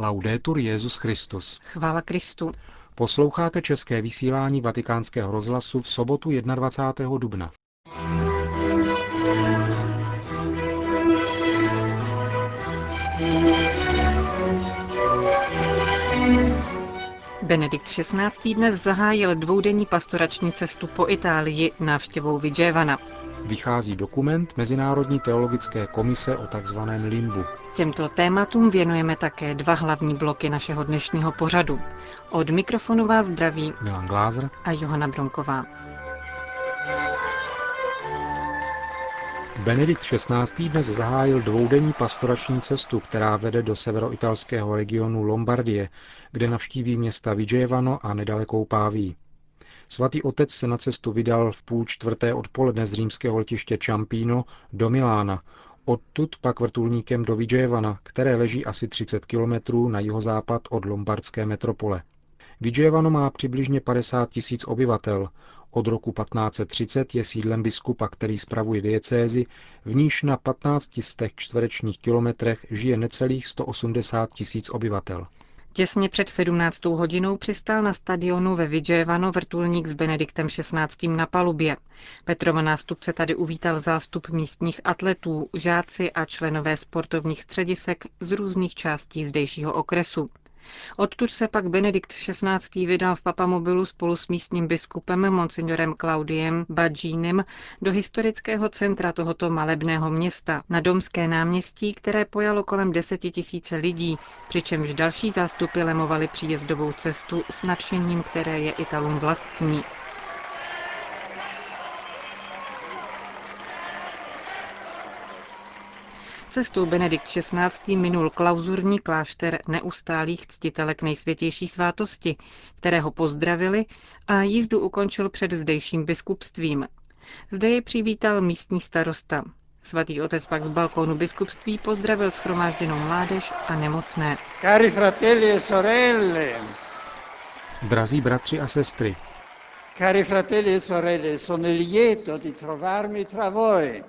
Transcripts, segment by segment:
Laudetur Jesus Christus. Chvála Kristu. Posloucháte české vysílání Vatikánského rozhlasu v sobotu 21. dubna. Benedikt XVI. Dnes zahájil dvoudenní pastorační cestu po Itálii návštěvou Vigevana. Vychází dokument Mezinárodní teologické komise o takzvaném limbu. Těmto tématům věnujeme také dva hlavní bloky našeho dnešního pořadu. Od mikrofonu vás zdraví Milan Glázer a Johana Bronková. Benedikt XVI. Dnes zahájil dvoudenní pastorační cestu, která vede do severoitalského regionu Lombardie, kde navštíví města Vigevano a nedalekou Pavii. Svatý otec se na cestu vydal v 3:30 odpoledne z římského letiště Ciampino do Milána, odtud pak vrtulníkem do Vigevana, které leží asi 30 kilometrů na jihozápad od lombardské metropole. Vigevano má přibližně 50 000 obyvatel. Od roku 1530 je sídlem biskupa, který spravuje diecézi, v níž na 1500 čtverečních kilometrech žije necelých 180 000 obyvatel. Těsně před 17. hodinou přistál na stadionu ve Vigevano vrtulník s Benediktem XVI. Na palubě. Petrova nástupce tady uvítal zástup místních atletů, žáci a členové sportovních středisek z různých částí zdejšího okresu. Odtud se pak Benedikt XVI. Vydal v papamobilu spolu s místním biskupem monsignorem Claudiem Bagginem do historického centra tohoto malebného města, na Domské náměstí, které pojalo kolem 10 000 lidí, přičemž další zástupy lemovaly příjezdovou cestu s nadšením, které je Italům vlastní. Cestou Benedikt XVI. Minul klauzurní klášter neustálých ctitelek nejsvětější svátosti, které ho pozdravili, a jízdu ukončil před zdejším biskupstvím. Zde je přivítal místní starosta. Svatý otec pak z balkónu biskupství pozdravil shromážděnou mládež a nemocné. Cari fratelli e sorelle. Drazí bratři a sestry. Cari fratelli e sorelle, sono lieto di trovarmi tra voi.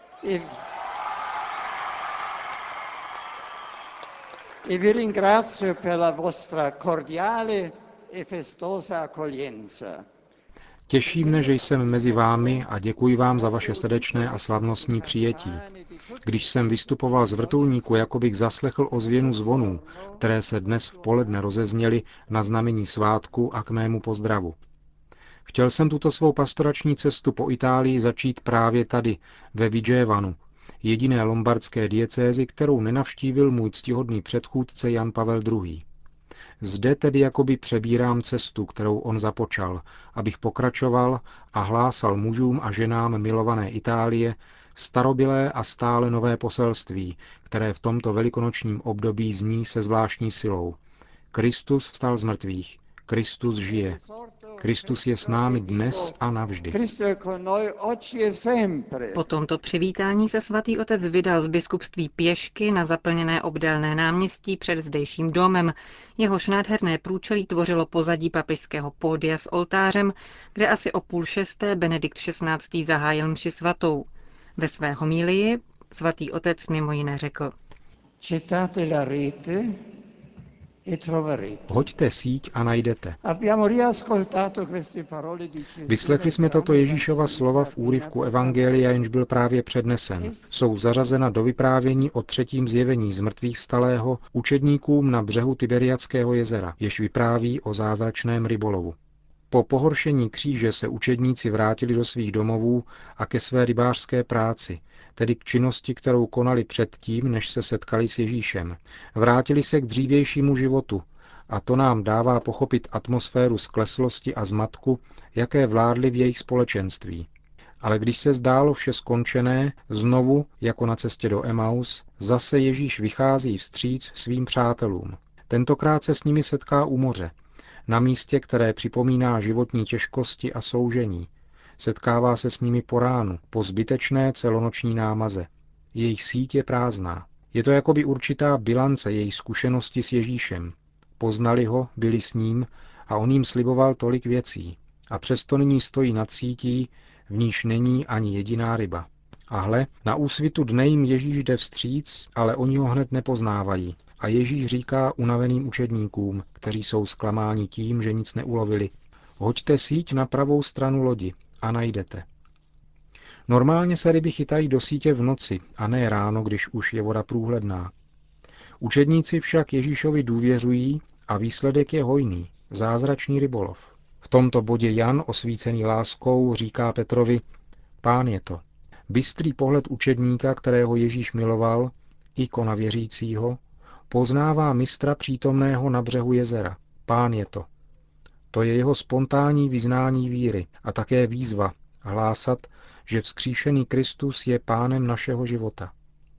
E vi ringrazio per la vostra cordiale e festosa accoglienza. Těší mne, že jsem mezi vámi a děkuji vám za vaše srdečné a slavnostní přijetí. Když jsem vystupoval z vrtulníku, jako bych zaslechl ozvěnu zvonů, které se dnes v poledne rozezněly na znamení svátku a k mému pozdravu. Chtěl jsem tuto svou pastorační cestu po Itálii začít právě tady, ve Vigevanu, jediné lombardské diecézi, kterou nenavštívil můj ctihodný předchůdce Jan Pavel II. Zde tedy jakoby přebírám cestu, kterou on započal, abych pokračoval a hlásal mužům a ženám milované Itálie starobylé a stále nové poselství, které v tomto velikonočním období zní se zvláštní silou. Kristus vstal z mrtvých, Kristus žije, Kristus je s námi dnes a navždy. Po tomto přivítání se svatý otec vydal z biskupství pěšky na zaplněné obdélné náměstí před zdejším domem. Jehož nádherné průčelí tvořilo pozadí papežského pódia s oltářem, kde asi o 5:30 Benedikt XVI. Zahájil mši svatou. Ve své homílii svatý otec mimo jiné řekl: Hoďte síť a najdete. Vyslechli jsme tato Ježíšova slova v úryvku evangelia, jenž byl právě přednesen. Jsou zařazena do vyprávění o 3. zjevení zmrtvých vstalého učedníkům na břehu Tiberiadského jezera, jež vypráví o zázračném rybolovu. Po pohoršení kříže se učedníci vrátili do svých domovů a ke své rybářské práci, tedy k činnosti, kterou konali předtím, než se setkali s Ježíšem. Vrátili se k dřívějšímu životu a to nám dává pochopit atmosféru skleslosti a zmatku, jaké vládly v jejich společenství. Ale když se zdálo vše skončené, znovu, jako na cestě do Emaus, zase Ježíš vychází vstříc svým přátelům. Tentokrát se s nimi setká u moře, na místě, které připomíná životní těžkosti a soužení. Setkává se s nimi po ránu, po zbytečné celonoční námaze. Jejich síť je prázdná. Je to jakoby určitá bilance jejich zkušenosti s Ježíšem. Poznali ho, byli s ním a on jim sliboval tolik věcí. A přesto nyní stojí nad sítí, v níž není ani jediná ryba. A hle, na úsvitu dne jim Ježíš jde vstříc, ale oni ho hned nepoznávají. A Ježíš říká unaveným učedníkům, kteří jsou zklamáni tím, že nic neulovili: hoďte síť na pravou stranu lodi a najdete. Normálně se ryby chytají do sítě v noci a ne ráno, když už je voda průhledná. Učedníci však Ježíšovi důvěřují a výsledek je hojný, zázračný rybolov. V tomto bodě Jan, osvícený láskou, říká Petrovi: Pán je to. Bystrý pohled učedníka, kterého Ježíš miloval, ikona věřícího, poznává mistra přítomného na břehu jezera. Pán je to. To je jeho spontánní vyznání víry a také výzva hlásat, že vzkříšený Kristus je pánem našeho života.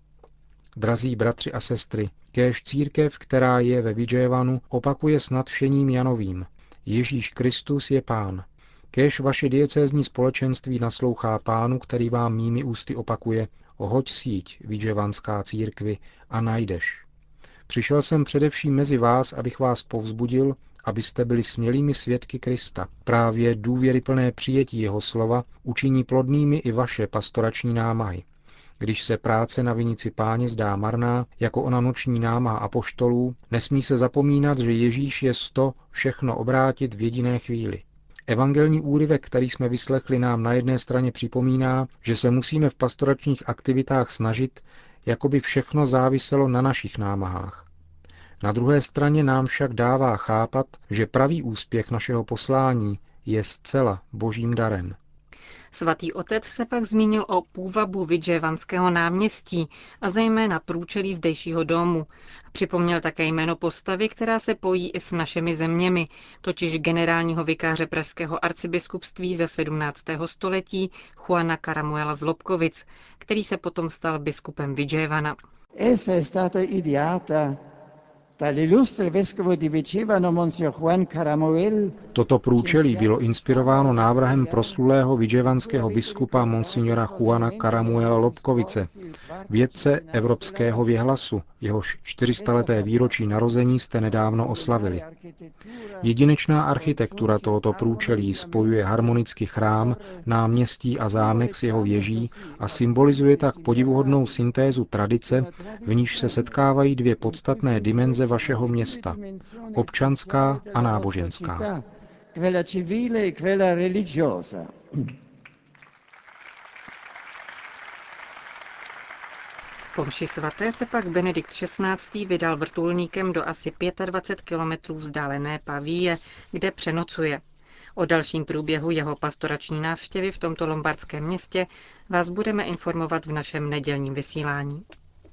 Drazí bratři a sestry, kéž církev, která je ve Vidžévanu, opakuje s nadšením Janovým: Ježíš Kristus je Pán. Kéž vaše diecézní společenství naslouchá Pánu, který vám mými ústy opakuje: hoď síť, vidžévanská církvi, a najdeš. Přišel jsem především mezi vás, abych vás povzbudil, abyste byli smělými svědky Krista. Právě důvěryplné přijetí jeho slova učiní plodnými i vaše pastorační námahy. Když se práce na vinici Páně zdá marná, jako ona noční námaha apoštolů, nesmí se zapomínat, že Ježíš je sto všechno obrátit v jediné chvíli. Evangelní úryvek, který jsme vyslechli, nám na jedné straně připomíná, že se musíme v pastoračních aktivitách snažit, jako by všechno záviselo na našich námahách. Na druhé straně nám však dává chápat, že pravý úspěch našeho poslání je zcela božím darem. Svatý otec se pak zmínil o půvabu Vidžévanského náměstí a zejména průčelí zdejšího domu. Připomněl také jméno postavy, která se pojí i s našimi zeměmi, totiž generálního vikáře pražského arcibiskupství ze 17. století Juana Caramuela z Lobkovic, který se potom stal biskupem Vidžévana. Essa è stata ideata dall'illustre vescovo di Vigevano, Monsignor Juan Caramuel. Toto průčelí bylo inspirováno návrhem proslulého vidževanského biskupa monsignora Juana Caramuela Lobkovice, vědce evropského věhlasu, jehož 400leté výročí narození jste nedávno oslavili. Jedinečná architektura tohoto průčelí spojuje harmonicky chrám, náměstí a zámek s jeho věží a symbolizuje tak podivuhodnou syntézu tradice, v níž se setkávají dvě podstatné dimenze vašeho města, občanská a náboženská. Po mši svaté se pak Benedikt XVI. Vydal vrtulníkem do asi 25 kilometrů vzdálené Pavíje, kde přenocuje. O dalším průběhu jeho pastorační návštěvy v tomto lombardském městě vás budeme informovat v našem nedělním vysílání.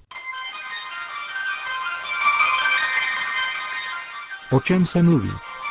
O čem se mluví?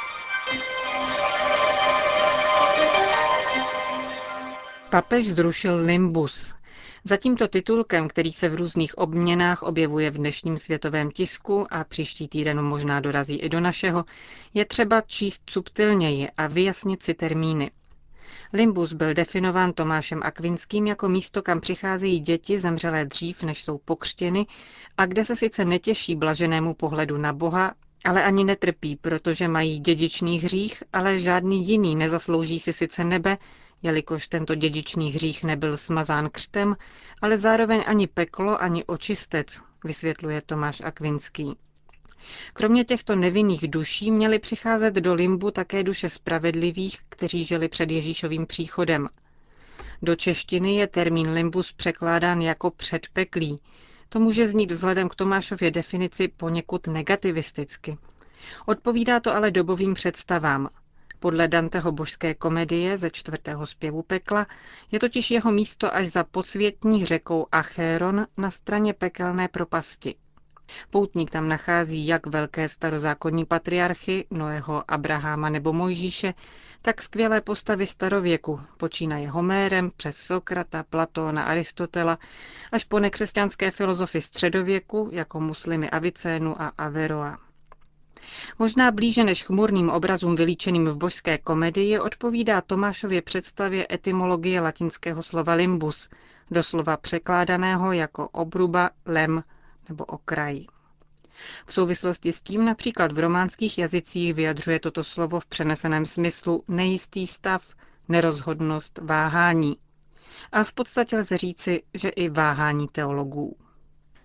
Papež zrušil limbus. Za tímto titulkem, který se v různých obměnách objevuje v dnešním světovém tisku a příští týden možná dorazí i do našeho, je třeba číst subtilněji a vyjasnit si termíny. Limbus byl definován Tomášem Akvinským jako místo, kam přicházejí děti zemřelé dřív, než jsou pokřtěny, a kde se sice netěší blaženému pohledu na Boha, ale ani netrpí, protože mají dědičný hřích, ale žádný jiný nezaslouží si sice nebe, jelikož tento dědičný hřích nebyl smazán křtem, ale zároveň ani peklo, ani očistec, vysvětluje Tomáš Akvinský. Kromě těchto nevinných duší měly přicházet do limbu také duše spravedlivých, kteří žili před Ježíšovým příchodem. Do češtiny je termín limbus překládán jako předpeklí. To může znít vzhledem k Tomášově definici poněkud negativisticky. Odpovídá to ale dobovým představám. Podle Danteho božské komedie ze 4. zpěvu pekla je totiž jeho místo až za podsvětní řekou Achéron na straně pekelné propasti. Poutník tam nachází jak velké starozákonní patriarchy, Noého, Abraháma nebo Mojžíše, tak skvělé postavy starověku, počínaje Homérem přes Sokrata, Platóna, Aristotela, až po nekřesťanské filozofy středověku, jako muslimy Avicénu a Averroa. Možná blíže než chmurným obrazům vylíčeným v božské komedii odpovídá Tomášově představě etymologie latinského slova limbus, doslova překládaného jako obruba, lem nebo okraj. V souvislosti s tím například v románských jazycích vyjadřuje toto slovo v přeneseném smyslu nejistý stav, nerozhodnost, váhání. A v podstatě lze říci, že i váhání teologů.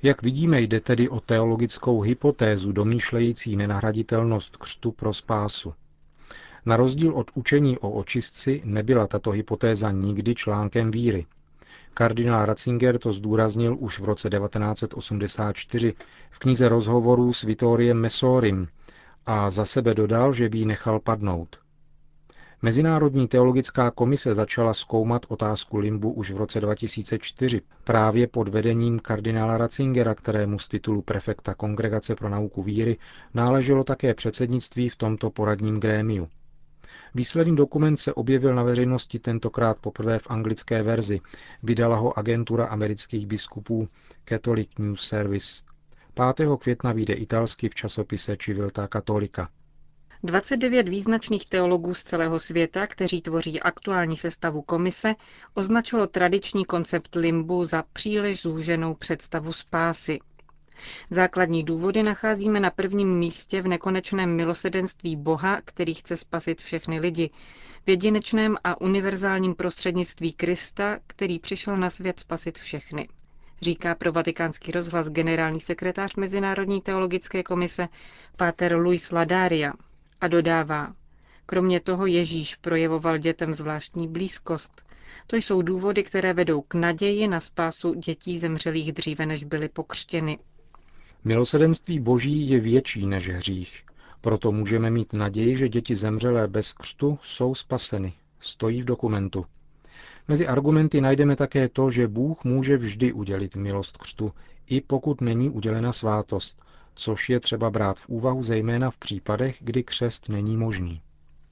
Jak vidíme, jde tedy o teologickou hypotézu domýšlející nenahraditelnost křtu pro spásu. Na rozdíl od učení o očistci nebyla tato hypotéza nikdy článkem víry. Kardinál Ratzinger to zdůraznil už v roce 1984 v knize rozhovorů s Vittoriem Messorim a za sebe dodal, že by ji nechal padnout. Mezinárodní teologická komise začala zkoumat otázku limbu už v roce 2004 právě pod vedením kardinála Ratzingera, kterému z titulu prefekta Kongregace pro nauku víry náleželo také předsednictví v tomto poradním grémiu. Výsledný dokument se objevil na veřejnosti tentokrát poprvé v anglické verzi. Vydala ho agentura amerických biskupů Catholic News Service. 5. května vyjde italsky v časopise Civiltà Cattolica. 29 význačných teologů z celého světa, kteří tvoří aktuální sestavu komise, označilo tradiční koncept limbu za příliš zúženou představu spásy. Základní důvody nacházíme na prvním místě v nekonečném milosedenství Boha, který chce spasit všechny lidi, v jedinečném a univerzálním prostřednictví Krista, který přišel na svět spasit všechny, říká pro Vatikánský rozhlas generální sekretář Mezinárodní teologické komise páter Luis Ladaria a dodává: kromě toho Ježíš projevoval dětem zvláštní blízkost. To jsou důvody, které vedou k naději na spásu dětí zemřelých dříve, než byly pokřtěny. Milosedenství Boží je větší než hřích. Proto můžeme mít naději, že děti zemřelé bez křtu jsou spaseny. Stojí v dokumentu. Mezi argumenty najdeme také to, že Bůh může vždy udělit milost křtu, i pokud není udělena svátost, což je třeba brát v úvahu zejména v případech, kdy křest není možný.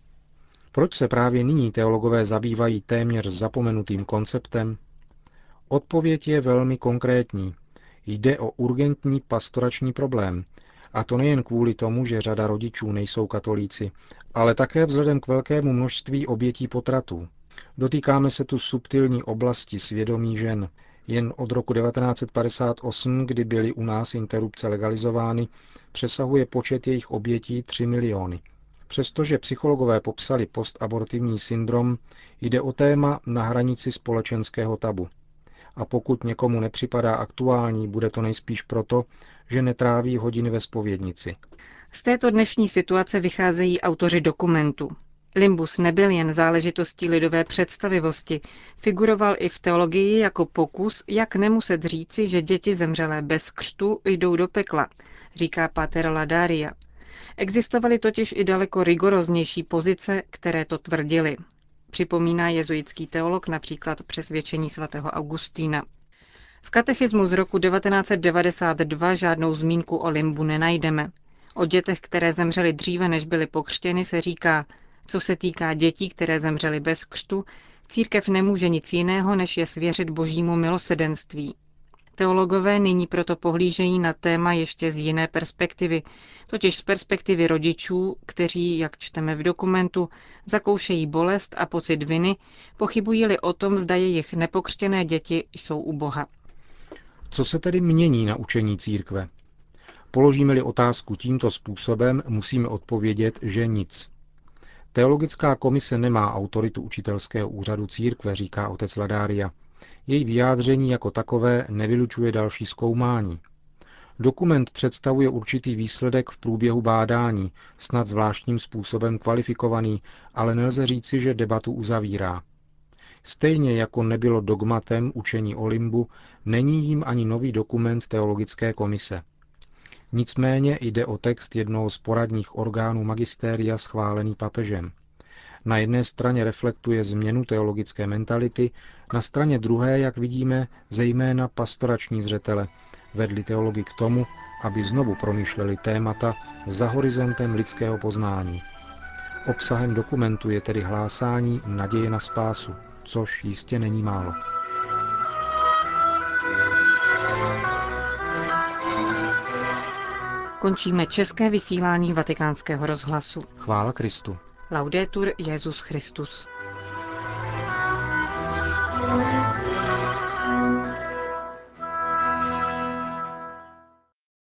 Proč se právě nyní teologové zabývají téměř zapomenutým konceptem? Odpověď je velmi konkrétní. Jde o urgentní pastorační problém. A to nejen kvůli tomu, že řada rodičů nejsou katolíci, ale také vzhledem k velkému množství obětí potratů. Dotýkáme se tu subtilní oblasti svědomí žen. Jen od roku 1958, kdy byly u nás interrupce legalizovány, přesahuje počet jejich obětí 3 miliony. Přestože psychologové popsali postabortivní syndrom, jde o téma na hranici společenského tabu. A pokud někomu nepřipadá aktuální, bude to nejspíš proto, že netráví hodiny ve zpovědnici. Z této dnešní situace vycházejí autoři dokumentu. Limbus nebyl jen záležitostí lidové představivosti, figuroval i v teologii jako pokus, jak nemuset říci, že děti zemřelé bez křtu jdou do pekla, říká páter Ladaria. Existovaly totiž i daleko rigoroznější pozice, které to tvrdily. Připomíná jezuitský teolog například přesvědčení svatého Augustína. V katechismu z roku 1992 žádnou zmínku o limbu nenajdeme. O dětech, které zemřely dříve, než byly pokřtěny, se říká: co se týká dětí, které zemřely bez křtu, církev nemůže nic jiného, než je svěřit božímu milosedenství. Teologové nyní proto pohlížejí na téma ještě z jiné perspektivy, totiž z perspektivy rodičů, kteří, jak čteme v dokumentu, zakoušejí bolest a pocit viny, pochybují-li o tom, zda jejich nepokřtěné děti jsou u Boha. Co se tedy mění na učení církve? Položíme-li otázku tímto způsobem, musíme odpovědět, že nic. Teologická komise nemá autoritu učitelského úřadu církve, říká otec Ladaria. Její vyjádření jako takové nevylučuje další zkoumání. Dokument představuje určitý výsledek v průběhu bádání, snad zvláštním způsobem kvalifikovaný, ale nelze říci, že debatu uzavírá. Stejně jako nebylo dogmatem učení o limbu, není jím ani nový dokument teologické komise. Nicméně jde o text jednoho z poradních orgánů magistéria schválený papežem. Na jedné straně reflektuje změnu teologické mentality, na straně druhé, jak vidíme, zejména pastorační zřetele, vedli teology k tomu, aby znovu promýšleli témata za horizontem lidského poznání. Obsahem dokumentu je tedy hlásání naděje na spásu, což jistě není málo. Končíme české vysílání Vatikánského rozhlasu. Chvála Kristu. Laudetur Jesus Christus.